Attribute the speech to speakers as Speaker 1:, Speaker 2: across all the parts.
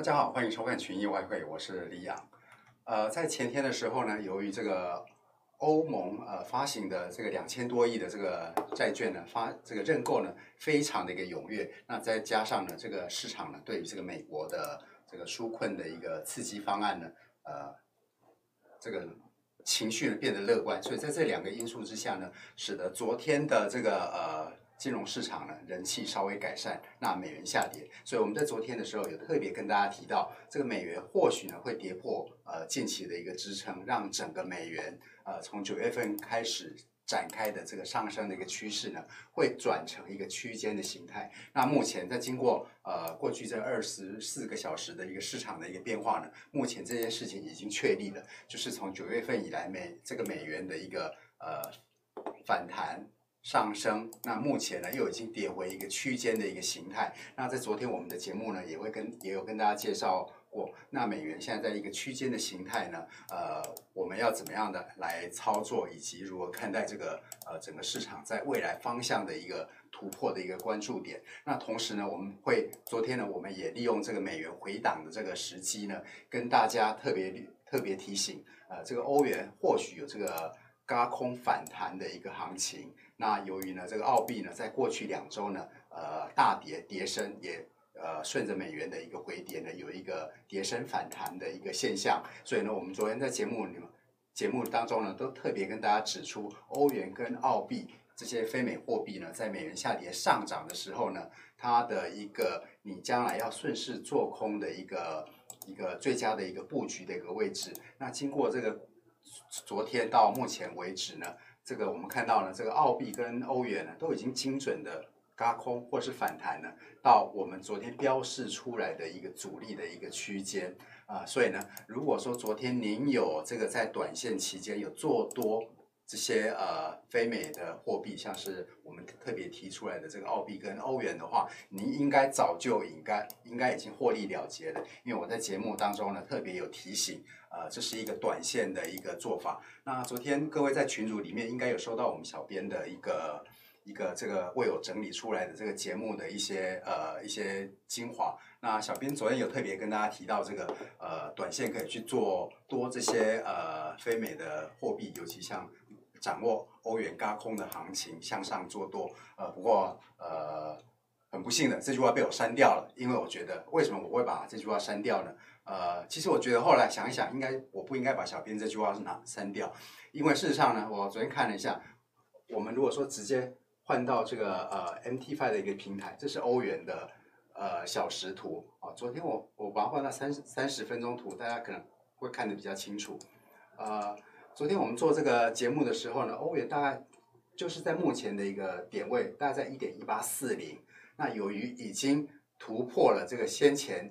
Speaker 1: 家好，欢迎收看群益外汇，我是李阳。在前天的时候呢，由于这个欧盟发行的这个2000多亿的这个债券呢，这个认购呢非常的一个踊跃，那再加上呢这个市场呢对于这个美国的这个纾困的一个刺激方案呢，这个情绪呢变得乐观，所以在这两个因素之下呢，使得昨天的这个金融市场呢人气稍微改善，那美元下跌，所以我们在昨天的时候有特别跟大家提到，这个美元或许呢会跌破近期的一个支撑，让整个美元从9月份开始展开的这个上升的一个趋势呢，会转成一个区间的形态。那目前在经过过去这24个小时的一个市场的一个变化呢，目前这件事情已经确立了，就是从9月份以来这个美元的一个反弹上升，那目前呢又已经跌回一个区间的一个形态。那在昨天我们的节目呢，也有跟大家介绍过，那美元现在在一个区间的形态呢，我们要怎么样的来操作，以及如何看待这个整个市场在未来方向的一个突破的一个关注点。那同时呢，昨天呢，我们也利用这个美元回档的这个时机呢，跟大家特别提醒，这个欧元或许有这个轧空反弹的一个行情。那由于呢，这个澳币呢，在过去2周呢，大跌升，也顺着美元的一个回跌呢，有一个跌升反弹的一个现象。所以呢，我们昨天在节目当中呢，都特别跟大家指出，欧元跟澳币这些非美货币呢，在美元下跌上涨的时候呢，它的一个你将来要顺势做空的一个最佳的一个布局的一个位置。那经过这个昨天到目前为止呢，这个我们看到呢，这个澳币跟欧元呢都已经精准的轧空或是反弹呢，到我们昨天标示出来的一个阻力的一个区间所以呢，如果说昨天您有这个在短线期间有做多这些非美的货币，像是我们特别提出来的这个澳币跟欧元的话，您应该早就应该已经获利了结了，因为我在节目当中呢特别有提醒，这是一个短线的一个做法。那昨天各位在群组里面应该有收到我们小编的一个这个为我整理出来的这个节目的一些精华。那小编昨天有特别跟大家提到这个短线可以去做多这些非美的货币，尤其像掌握欧元轧空的行情向上做多。不过很不幸的这句话被我删掉了，因为我觉得为什么我会把这句话删掉呢？其实我觉得后来想一想，我不应该把小编这句话删掉，因为事实上呢，我昨天看了一下，我们如果说直接换到这个MT5 的一个平台，这是欧元的小时图啊。昨天我把它换到30分钟图，大家可能会看得比较清楚。昨天我们做这个节目的时候呢，欧元大概就是在目前的一个点位，大概在1.1840。那由于已经突破了这个先前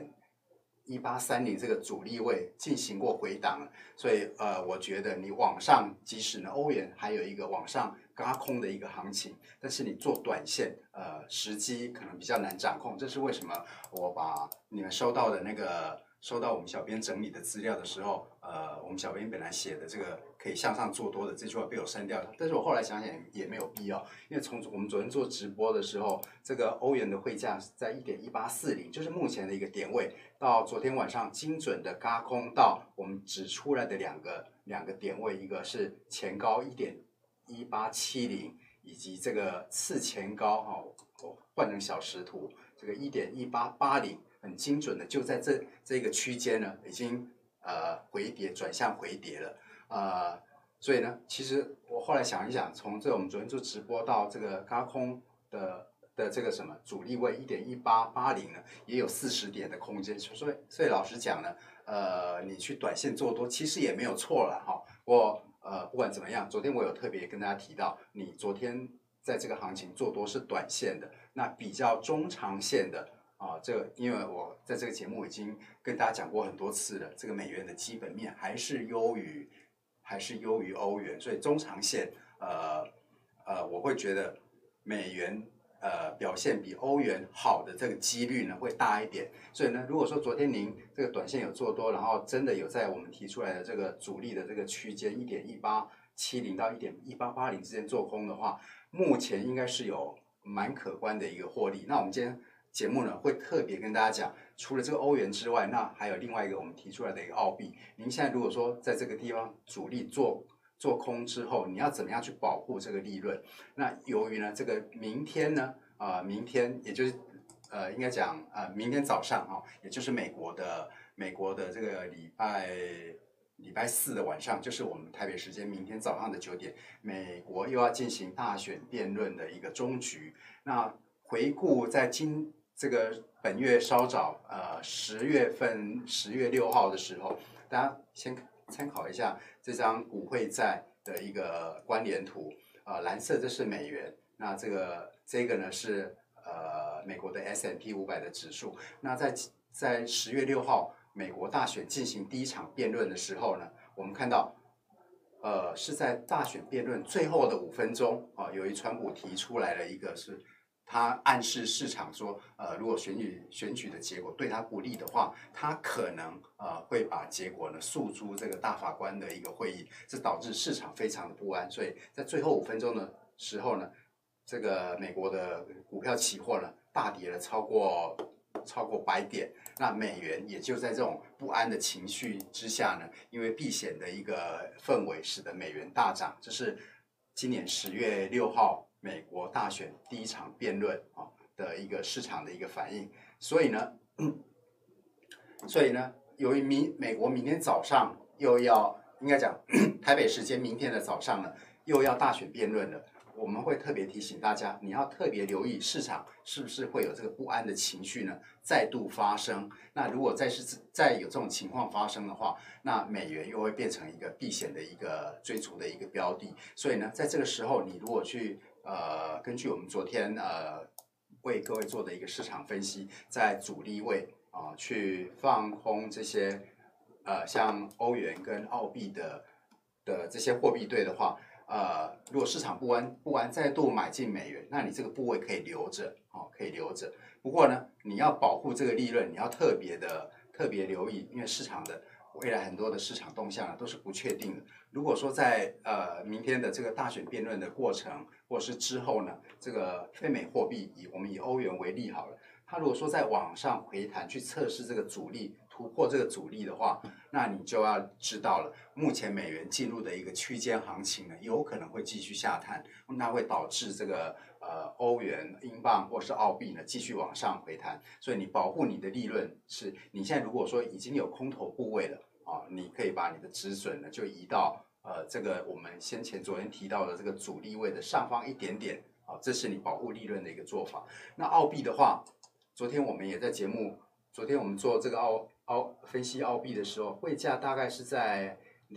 Speaker 1: 1.1830这个阻力位，进行过回档了，所以我觉得你往上，即使呢欧元还有一个往上轧空的一个行情，但是你做短线，时机可能比较难掌控。这是为什么我把你们收到我们小编整理的资料的时候，我们小编本来写的这个可以向上做多的这句话被我删掉了。但是我后来想想也没有必要，因为从我们昨天做直播的时候，这个欧元的汇价是在1.1840，就是目前的一个点位，到昨天晚上精准的轧空到我们指出来的两个点位，一个是前高1.1870，以及这个次前高换成小时图，这个1.1880。很精准的就在这个区间呢，已经回跌转向回跌了所以呢，其实我后来想一想，从我们昨天做直播到这个轧空的这个什么阻力位1.1880呢，也有40点的空间，所以老实讲呢，你去短线做多其实也没有错了哈。不管怎么样，昨天我有特别跟大家提到，你昨天在这个行情做多是短线的，那比较中长线的。因为我在这个节目已经跟大家讲过很多次了，这个美元的基本面还是优于欧元，所以中长线我会觉得美元表现比欧元好的这个几率呢会大一点。所以呢，如果说昨天您这个短线有做多，然后真的有在我们提出来的这个阻力的这个区间1.1870到1.1880之间做空的话，目前应该是有蛮可观的一个获利。那我们今天节目呢会特别跟大家讲，除了这个欧元之外，那还有另外一个我们提出来的一个澳币。您现在如果说在这个地方主力做空之后，你要怎么样去保护这个利润？那由于呢，这个明天呢，明天也就是应该讲明天早上也就是美国的这个礼拜四的晚上，就是我们台北时间明天早上的9点，美国又要进行大选辩论的一个终局。那回顾在这个本月稍早10月6号的时候，大家先参考一下这张股汇债的一个关联图，蓝色这是美元，那这个呢是美国的 S&P 500的指数。那在10月6号美国大选进行第一场辩论的时候呢，我们看到是在大选辩论最后的5分钟由于川普提出来了一个是。他暗示市场说，如果选举的结果对他不利的话，他可能会把结果呢诉诸这个大法官的一个会议，这导致市场非常的不安。所以在最后5分钟的时候呢，这个美国的股票期货呢大跌了超过100点，那美元也就在这种不安的情绪之下呢，因为避险的一个氛围，使得美元大涨。这是今年10月6号。美国大选第一场辩论的一个市场的一个反应，所以呢，由于美国明天早上又要应该讲台北时间明天的早上呢又要大选辩论了，我们会特别提醒大家，你要特别留意市场是不是会有这个不安的情绪呢再度发生。那如果再有这种情况发生的话，那美元又会变成一个避险的一个追逐的一个标的。所以呢，在这个时候，你如果去根据我们昨天为各位做的一个市场分析，在主力位去放空这些像欧元跟澳币的这些货币对的话，如果市场不安再度买进美元，那你这个部位可以留着可以留着。不过呢，你要保护这个利润，你要特别留意，因为市场的未来很多的市场动向呢都是不确定的。如果说在明天的这个大选辩论的过程，或者是之后呢，这个非美货币我们以欧元为例好了，它如果说在往上回弹去测试这个阻力，突破这个阻力的话，那你就要知道了，目前美元进入的一个区间行情呢，有可能会继续下探，那会导致这个欧元、英镑或是澳币呢继续往上回弹。所以你保护你的利润是，你现在如果说已经有空头部位了你可以把你的止损呢就移到这个我们昨天提到的这个阻力位的上方一点点这是你保护利润的一个做法。那澳币的话，昨天我们也在节目，昨天我们做这个分析澳币的时候，汇价大概是在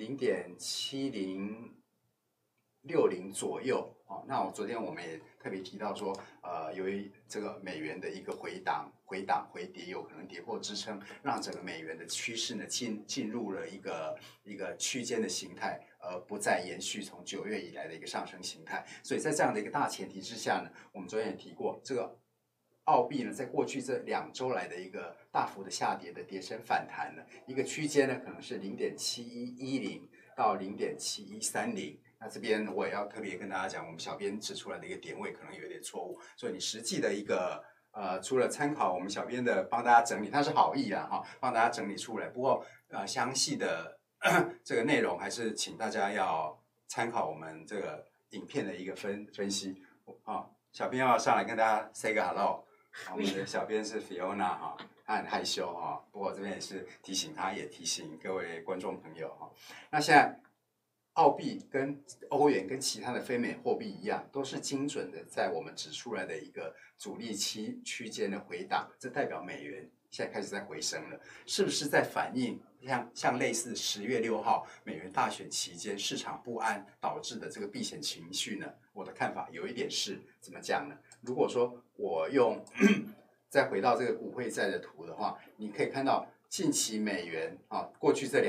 Speaker 1: 0.7060左右那我昨天我们也特别提到说，由于这个美元的一个回跌，有可能跌破支撑，让整个美元的趋势呢进入了一个区间的形态，不再延续从9月以来的一个上升形态。所以在这样的一个大前提之下呢，我们昨天也提过，这个澳币呢，在过去这2周来的一个大幅的下跌的跌升反弹呢，一个区间呢可能是0.7110到0.7130。那这边我也要特别跟大家讲，我们小编指出来的一个点位可能有点错误，所以你实际的一个除了参考我们小编的帮大家整理，它是好意帮大家整理出来。不过详细的这个内容还是请大家要参考我们这个影片的一个分析小编要上来跟大家 say 个 hello。我们的小编是 Fiona 她很害羞不过这边也是提醒她，也提醒各位观众朋友那现在澳币跟欧元跟其他的非美货币一样，都是精准的在我们指出来的一个阻力区间的回档，这代表美元现在开始在回升了，是不是在反映像类似10月6号美元大选期间市场不安导致的这个避险情绪呢？我的看法有一点是怎么讲呢？如果说我用再回到这个股汇债的图的话，你可以看到近期美元过去这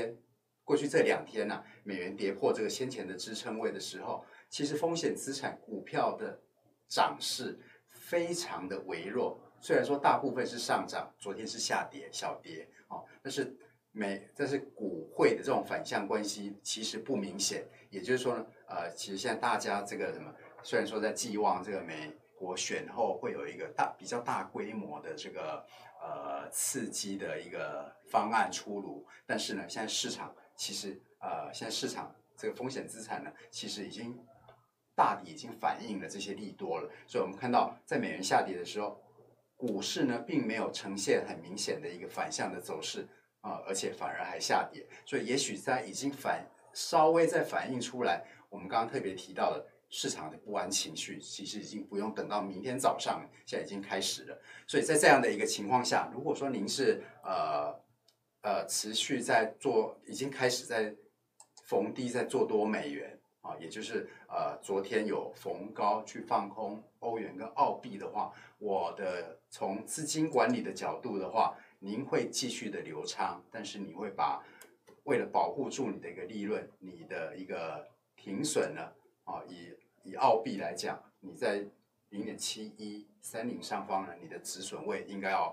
Speaker 1: 2天美元跌破这个先前的支撑位的时候，其实风险资产股票的涨势非常的微弱。虽然说大部分是上涨，昨天是下跌小跌但是股汇的这种反向关系其实不明显。也就是说呢，其实现在大家这个虽然说在寄望这个美国选后会有一个比较大规模的这个刺激的一个方案出炉，但是呢，现在市场其实现在市场这个风险资产呢，其实大抵已经反映了这些利多了，所以我们看到在美元下跌的时候，股市呢并没有呈现很明显的一个反向的走势而且反而还下跌，所以也许已经稍微在反映出来，我们刚刚特别提到的市场的不安情绪，其实已经不用等到明天早上，现在已经开始了。所以在这样的一个情况下，如果说您是持续在做，已经开始在逢低在做多美元也就是昨天有逢高去放空欧元跟澳币的话，从资金管理的角度的话，您会继续的流仓，但是你会为了保护住你的一个利润，你的一个停损呢以澳币来讲，你在0.7130上方呢，你的止损位应该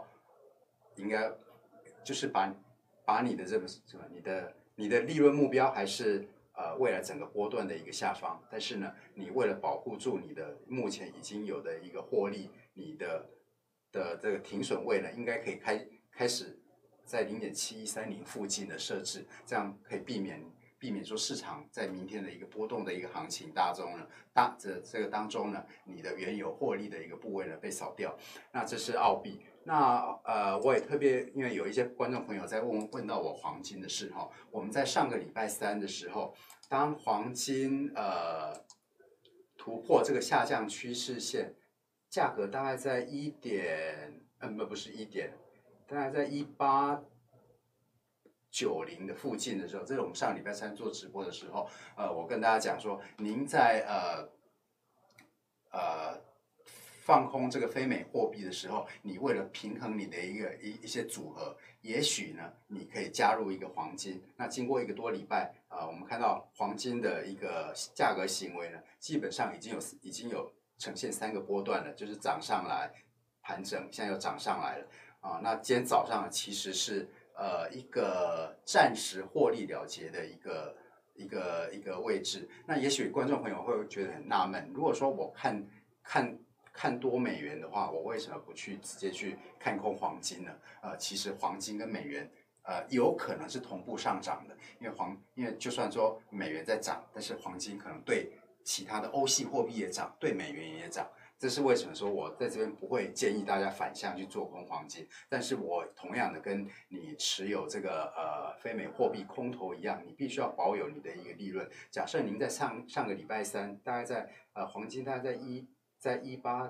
Speaker 1: 就是把你的你的利润目标还是未来整个波段的一个下方，但是呢，你为了保护住你的目前已经有的一个获利，你的这个停损位呢，应该可以开始在0.7130附近的设置，这样可以避免说市场在明天的一个波动的一个行情当中呢，这个当中呢，你的原有获利的一个部位呢被扫掉。那这是澳币。那我也特别，因为有一些观众朋友在问到我黄金的事哈，我们在上个礼拜三的时候，当黄金突破这个下降趋势线，价格大概在不是大概在1890的附近的时候，这是我们上礼拜三做直播的时候，我跟大家讲说，您在放空这个非美货币的时候，你为了平衡你的一些组合，也许呢，你可以加入一个黄金。那经过1个多礼拜，我们看到黄金的一个价格行为呢，基本上已经有呈现3个波段了，就是涨上来，盘整，现在又涨上来了那今天早上其实是一个暂时获利了结的一个位置。那也许观众朋友会觉得很纳闷，如果说我看多美元的话，我为什么不直接去看空黄金呢？其实黄金跟美元有可能是同步上涨的，因为就算说美元在涨，但是黄金可能对其他的欧系货币也涨，对美元也涨。这是为什么说我在这边不会建议大家反向去做空黄金，但是我同样的跟你持有这个非美货币空头一样，你必须要保有你的一个利润。假设您在上个礼拜三，大概在黄金大概在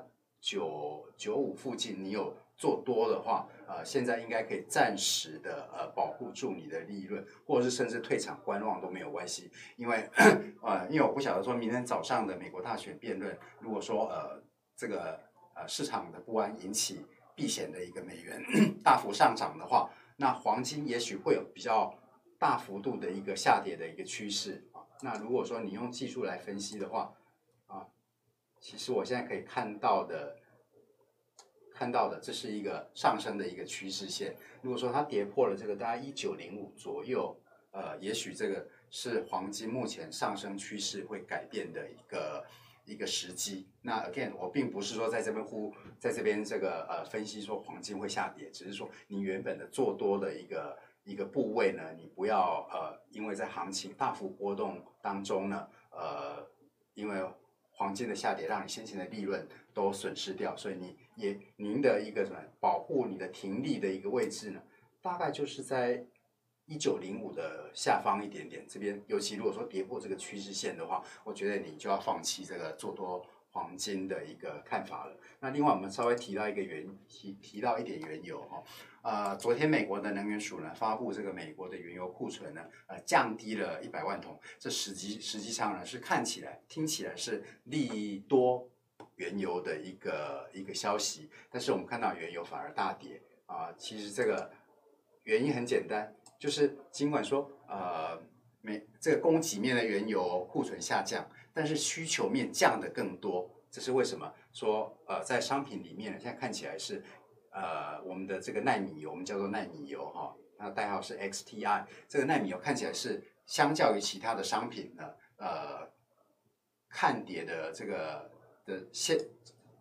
Speaker 1: 18995附近，你有做多的话，现在应该可以暂时的保护住你的利润，或者是甚至退场观望都没有关系，因为我不晓得说明天早上的美国大选辩论，如果说这个市场的不安引起避险的一个美元大幅上涨的话，那黄金也许会有比较大幅度的一个下跌的一个趋势那如果说你用技术来分析的话其实我现在可以看到的，这是一个上升的一个趋势线。如果说它跌破了这个大概1905左右，也许这个是黄金目前上升趋势会改变的一个时机。那 again， 我并不是说在这边这个分析说黄金会下跌，只是说你原本的做多的一个部位呢，你不要因为在行情大幅波动当中呢，因为黄金的下跌，让你先前的利润都损失掉，所以您的一个保护你的停利的一个位置呢，大概就是在1905的下方一点点。这边尤其如果说跌破这个趋势线的话，我觉得你就要放弃这个做多黄金的一个看法了。那另外我们稍微提到一点原油昨天美国的能源署呢发布这个美国的原油库存呢降低了100万桶，这实际上呢是听起来是利多原油的一个消息，但是我们看到原油反而大跌其实这个原因很简单，就是尽管说这个供给面的原油库存下降，但是需求面降得更多，这是为什么说在商品里面现在看起来是我们的这个奈米油，我们叫做奈米油它的代号是 XTI， 这个奈米油看起来是相较于其他的商品呢看跌的这个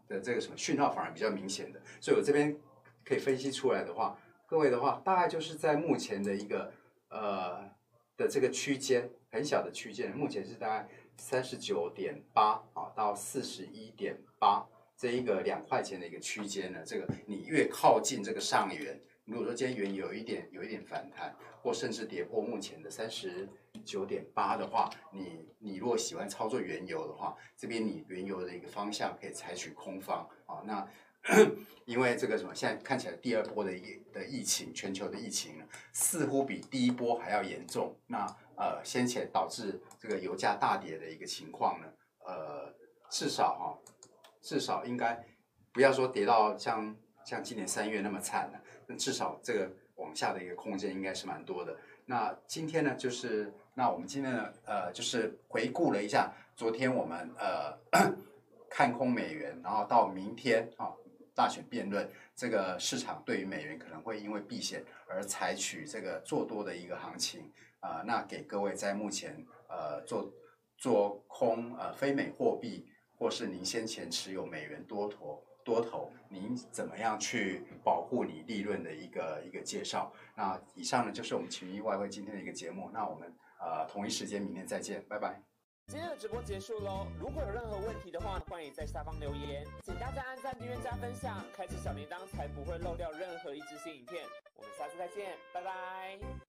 Speaker 1: 的这个什么讯号反而比较明显的，所以我这边可以分析出来的话，各位的话大概就是在目前的一个的这个区间，很小的区间，目前是大概39.8到41.8这一个2块钱的一个区间呢，这个你越靠近这个上缘，如果说今天原油有一点反弹，或甚至跌破目前的39.8的话，你如果喜欢操作原油的话，这边你原油的一个方向可以采取空方啊。那因为这个什么，现在看起来第2波的疫情，全球的疫情呢，似乎比第1波还要严重。那先前导致这个油价大跌的一个情况呢，至少应该不要说跌到像今年3月那么惨了，那至少这个往下的一个空间应该是蛮多的。那今天呢，我们今天呢，就是回顾了一下昨天我们看空美元，然后到明天大选辩论，这个市场对于美元可能会因为避险而采取这个做多的一个行情那给各位在目前做空非美货币，或是您先前持有美元多头，您怎么样去保护你利润的一个介绍。那以上呢就是我们群益外汇今天的一个节目，那我们同一时间明天再见，拜拜。
Speaker 2: 今天的直播结束喽，如果有任何问题的话，欢迎在下方留言，请大家按赞、订阅、加分享，开启小铃铛，才不会漏掉任何一支新影片。我们下次再见，拜拜。